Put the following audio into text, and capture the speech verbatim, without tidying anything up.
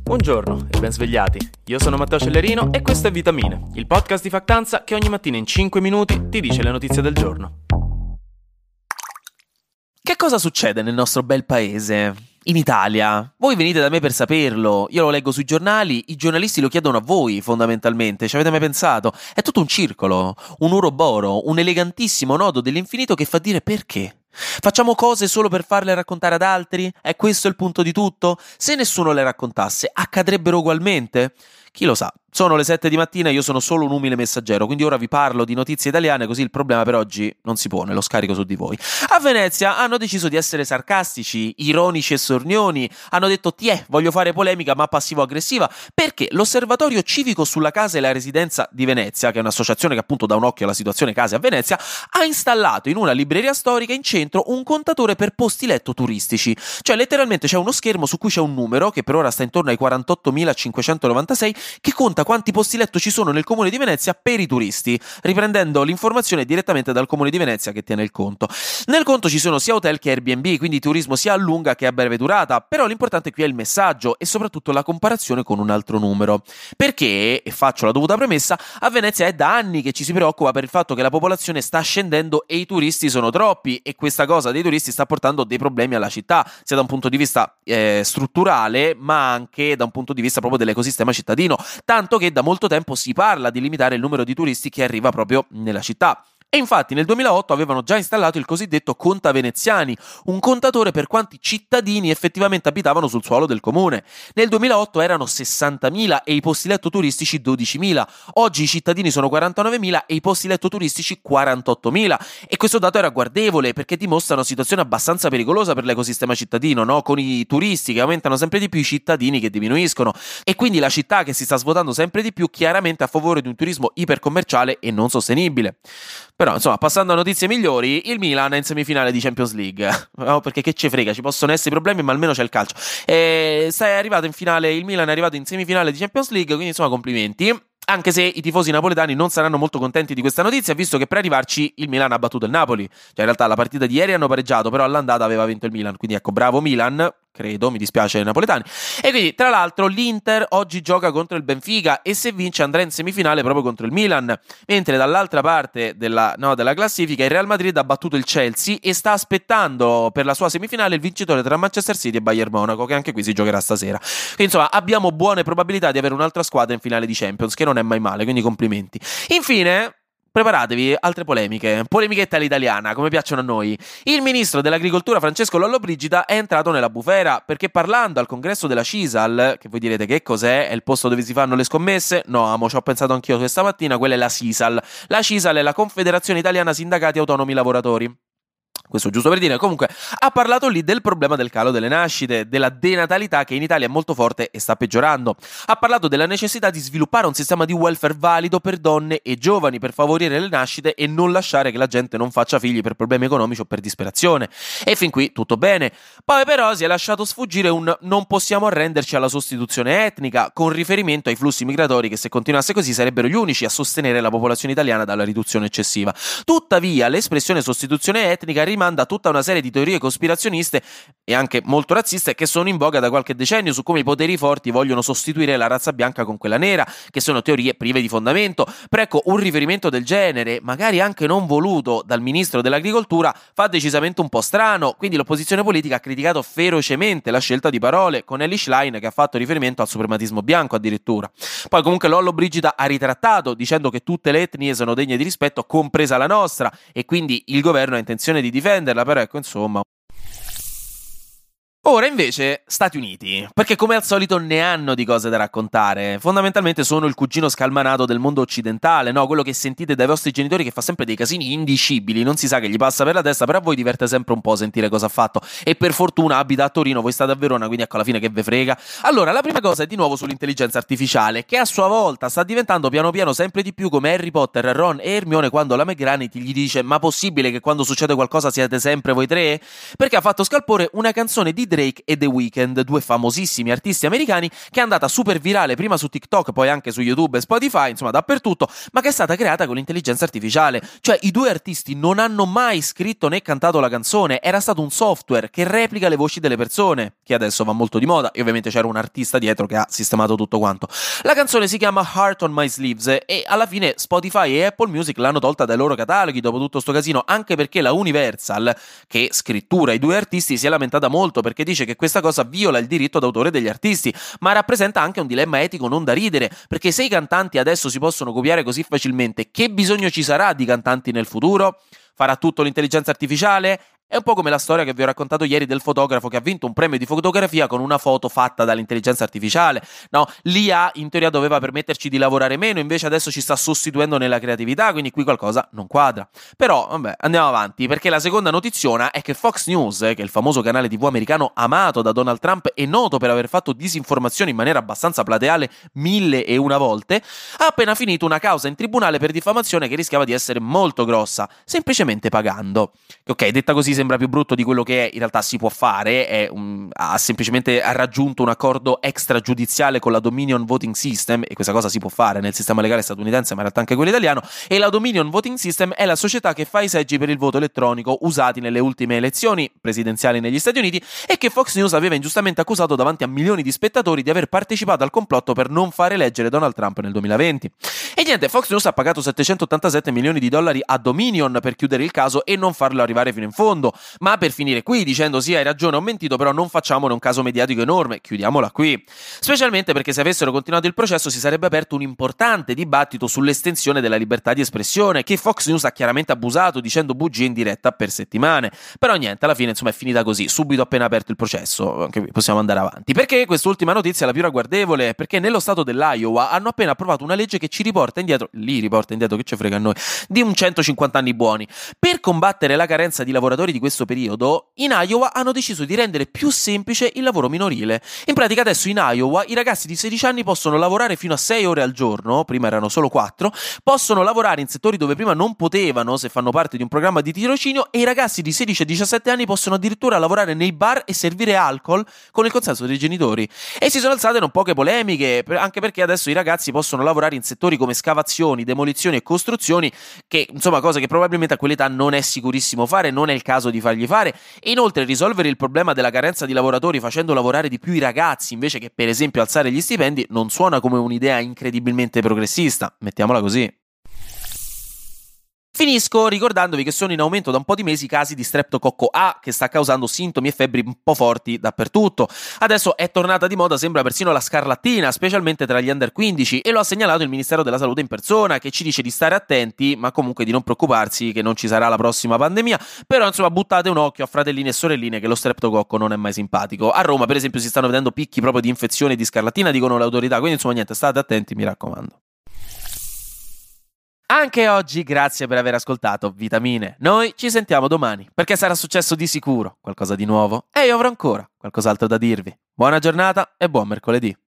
Buongiorno e ben svegliati, io sono Matteo Cellerino e questo è Vitamine, il podcast di Factanza che ogni mattina in cinque minuti ti dice le notizie del giorno. Che cosa succede nel nostro bel paese? In Italia? Voi venite da me per saperlo, io lo leggo sui giornali, i giornalisti lo chiedono a voi fondamentalmente, ci avete mai pensato? È tutto un circolo, un uroboro, un elegantissimo nodo dell'infinito che fa dire perché. Facciamo cose solo per farle raccontare ad altri? È questo il punto di tutto? Se nessuno le raccontasse, accadrebbero ugualmente? Chi lo sa? Sono le sette di mattina e io sono solo un umile messaggero, quindi ora vi parlo di notizie italiane, così il problema per oggi non si pone, lo scarico su di voi. A Venezia hanno deciso di essere sarcastici, ironici e sornioni, hanno detto tiè, voglio fare polemica ma passivo-aggressiva, perché l'Osservatorio Civico sulla Casa e la Residenza di Venezia, che è un'associazione che appunto dà un occhio alla situazione case a Venezia, ha installato in una libreria storica in centro un contatore per posti letto turistici, cioè letteralmente c'è uno schermo su cui c'è un numero, che per ora sta intorno ai quarantottomilacinquecentonovantasei, che conta quanti posti letto ci sono nel comune di Venezia per i turisti, riprendendo l'informazione direttamente dal comune di Venezia che tiene il conto. Nel conto ci sono sia hotel che Airbnb, quindi turismo sia a lunga che a breve durata, però l'importante qui è il messaggio e soprattutto la comparazione con un altro numero. Perché, e faccio la dovuta premessa, a Venezia è da anni che ci si preoccupa per il fatto che la popolazione sta scendendo e i turisti sono troppi, e questa cosa dei turisti sta portando dei problemi alla città, sia da un punto di vista eh, strutturale, ma anche da un punto di vista proprio dell'ecosistema cittadino, tanto che da molto tempo si parla di limitare il numero di turisti che arriva proprio nella città. E infatti nel duemilaotto avevano già installato il cosiddetto Conta Veneziani, un contatore per quanti cittadini effettivamente abitavano sul suolo del comune. Nel duemilaotto erano sessantamila e i posti letto turistici dodicimila. Oggi i cittadini sono quarantanovemila e i posti letto turistici quarantottomila. E questo dato è ragguardevole perché dimostra una situazione abbastanza pericolosa per l'ecosistema cittadino, no? Con i turisti che aumentano sempre di più, i cittadini che diminuiscono. E quindi la città che si sta svuotando sempre di più, chiaramente a favore di un turismo ipercommerciale e non sostenibile. Però, insomma, passando a notizie migliori, il Milan è in semifinale di Champions League. No, perché che ce frega, ci possono essere problemi, ma almeno c'è il calcio. E è arrivato in finale, il Milan è arrivato in semifinale di Champions League, quindi insomma complimenti. Anche se i tifosi napoletani non saranno molto contenti di questa notizia, visto che per arrivarci il Milan ha battuto il Napoli. Cioè in realtà la partita di ieri hanno pareggiato, però all'andata aveva vinto il Milan, quindi ecco, bravo Milan, credo, mi dispiace ai napoletani. E quindi tra l'altro l'Inter oggi gioca contro il Benfica e se vince andrà in semifinale proprio contro il Milan, mentre dall'altra parte della, no, della classifica il Real Madrid ha battuto il Chelsea e sta aspettando per la sua semifinale il vincitore tra Manchester City e Bayern Monaco, che anche qui si giocherà stasera. Quindi insomma abbiamo buone probabilità di avere un'altra squadra in finale di Champions, che non è mai male, quindi complimenti. Infine, preparatevi, altre polemiche, polemichetta all'italiana, come piacciono a noi. Il ministro dell'agricoltura Francesco Lollobrigida è entrato nella bufera perché parlando al congresso della Cisal, che voi direte che cos'è, è il posto dove si fanno le scommesse? No, amo, ci ho pensato anch'io questa mattina, quella è la Sisal. La Cisal è la Confederazione Italiana Sindacati Autonomi Lavoratori. Questo giusto per dire. Comunque ha parlato lì del problema del calo delle nascite, della denatalità che in Italia è molto forte e sta peggiorando. Ha parlato della necessità di sviluppare un sistema di welfare valido per donne e giovani per favorire le nascite e non lasciare che la gente non faccia figli per problemi economici o per disperazione. E fin qui tutto bene. Poi però si è lasciato sfuggire un non possiamo arrenderci alla sostituzione etnica, con riferimento ai flussi migratori che se continuasse così sarebbero gli unici a sostenere la popolazione italiana dalla riduzione eccessiva. Tuttavia l'espressione sostituzione etnica rimanda tutta una serie di teorie cospirazioniste e anche molto razziste che sono in voga da qualche decennio su come i poteri forti vogliono sostituire la razza bianca con quella nera, che sono teorie prive di fondamento. Però ecco, un riferimento del genere, magari anche non voluto dal ministro dell'agricoltura, fa decisamente un po' strano, quindi l'opposizione politica ha criticato ferocemente la scelta di parole, con Elly Schlein che ha fatto riferimento al suprematismo bianco addirittura. Poi comunque Lollobrigida ha ritrattato dicendo che tutte le etnie sono degne di rispetto, compresa la nostra, e quindi il governo ha intenzione di difenderla, però ecco insomma. Ora invece Stati Uniti, perché come al solito ne hanno di cose da raccontare. Fondamentalmente sono il cugino scalmanato del mondo occidentale, no? Quello che sentite dai vostri genitori che fa sempre dei casini indicibili, non si sa che gli passa per la testa, però a voi diverte sempre un po' sentire cosa ha fatto. E per fortuna abita a Torino, voi state a Verona, quindi ecco alla fine che ve frega. Allora, la prima cosa è di nuovo sull'intelligenza artificiale, che a sua volta sta diventando piano piano sempre di più come Harry Potter, Ron e Hermione quando la McGranity gli dice ma possibile che quando succede qualcosa siete sempre voi tre? Perché ha fatto scalpore una canzone di Drake e The Weeknd, due famosissimi artisti americani, che è andata super virale prima su TikTok, poi anche su YouTube e Spotify, insomma dappertutto, ma che è stata creata con l'intelligenza artificiale. Cioè i due artisti non hanno mai scritto né cantato la canzone, era stato un software che replica le voci delle persone, che adesso va molto di moda, e ovviamente c'era un artista dietro che ha sistemato tutto quanto. La canzone si chiama Heart on My Sleeves e alla fine Spotify e Apple Music l'hanno tolta dai loro cataloghi dopo tutto sto casino, anche perché la Universal, che scrittura i due artisti, si è lamentata molto perché dice che questa cosa viola il diritto d'autore degli artisti, ma rappresenta anche un dilemma etico non da ridere, perché se i cantanti adesso si possono copiare così facilmente, che bisogno ci sarà di cantanti nel futuro? Farà tutto l'intelligenza artificiale? È un po' come la storia che vi ho raccontato ieri del fotografo che ha vinto un premio di fotografia con una foto fatta dall'intelligenza artificiale. No, l'I A in teoria doveva permetterci di lavorare meno, invece adesso ci sta sostituendo nella creatività, quindi qui qualcosa non quadra. Però, vabbè, andiamo avanti, perché la seconda notiziona è che Fox News, che è il famoso canale tivù americano amato da Donald Trump e noto per aver fatto disinformazione in maniera abbastanza plateale mille e una volte, ha appena finito una causa in tribunale per diffamazione che rischiava di essere molto grossa, semplicemente pagando. Ok, detta così sembra più brutto di quello che è, in realtà si può fare, è un, ha semplicemente ha raggiunto un accordo extragiudiziale con la Dominion Voting System, e questa cosa si può fare nel sistema legale statunitense ma in realtà anche quello italiano, e la Dominion Voting System è la società che fa i seggi per il voto elettronico usati nelle ultime elezioni presidenziali negli Stati Uniti e che Fox News aveva ingiustamente accusato davanti a milioni di spettatori di aver partecipato al complotto per non far eleggere Donald Trump nel duemilaventi. E niente, Fox News ha pagato settecentottantasette milioni di dollari a Dominion per chiudere il caso e non farlo arrivare fino in fondo, ma per finire qui dicendo sì, hai ragione, ho mentito, però non facciamone un caso mediatico enorme, chiudiamola qui. Specialmente perché se avessero continuato il processo si sarebbe aperto un importante dibattito sull'estensione della libertà di espressione, che Fox News ha chiaramente abusato dicendo bugie in diretta per settimane. Però niente, alla fine insomma è finita così, subito appena aperto il processo, anche qui possiamo andare avanti. Perché quest'ultima notizia è la più ragguardevole? Perché nello stato dell'Iowa hanno appena approvato una legge che ci riporta indietro, lì riporta indietro, che ci frega a noi, di un centocinquanta anni buoni. Per combattere la carenza di lavoratori di questo periodo, in Iowa hanno deciso di rendere più semplice il lavoro minorile. In pratica adesso in Iowa i ragazzi di sedici anni possono lavorare fino a sei ore al giorno, prima erano solo quattro, possono lavorare in settori dove prima non potevano se fanno parte di un programma di tirocinio, e i ragazzi di sedici e diciassette anni possono addirittura lavorare nei bar e servire alcol con il consenso dei genitori. E si sono alzate non poche polemiche, anche perché adesso i ragazzi possono lavorare in settori come scavazioni, demolizioni e costruzioni, che insomma cose che probabilmente a quell'età non è sicurissimo fare, non è il caso di fargli fare. E inoltre risolvere il problema della carenza di lavoratori facendo lavorare di più i ragazzi invece che per esempio alzare gli stipendi non suona come un'idea incredibilmente progressista, mettiamola così. Finisco ricordandovi che sono in aumento da un po' di mesi i casi di Streptococco A, che sta causando sintomi e febbri un po' forti dappertutto. Adesso è tornata di moda, sembra persino la scarlattina, specialmente tra gli under quindici, e lo ha segnalato il Ministero della Salute in persona, che ci dice di stare attenti, ma comunque di non preoccuparsi che non ci sarà la prossima pandemia. Però insomma buttate un occhio a fratellini e sorelline che lo Streptococco non è mai simpatico. A Roma per esempio si stanno vedendo picchi proprio di infezione di scarlattina, dicono le autorità, quindi insomma niente, state attenti, mi raccomando. Anche oggi grazie per aver ascoltato Vitamine. Noi ci sentiamo domani, perché sarà successo di sicuro qualcosa di nuovo e io avrò ancora qualcos'altro da dirvi. Buona giornata e buon mercoledì.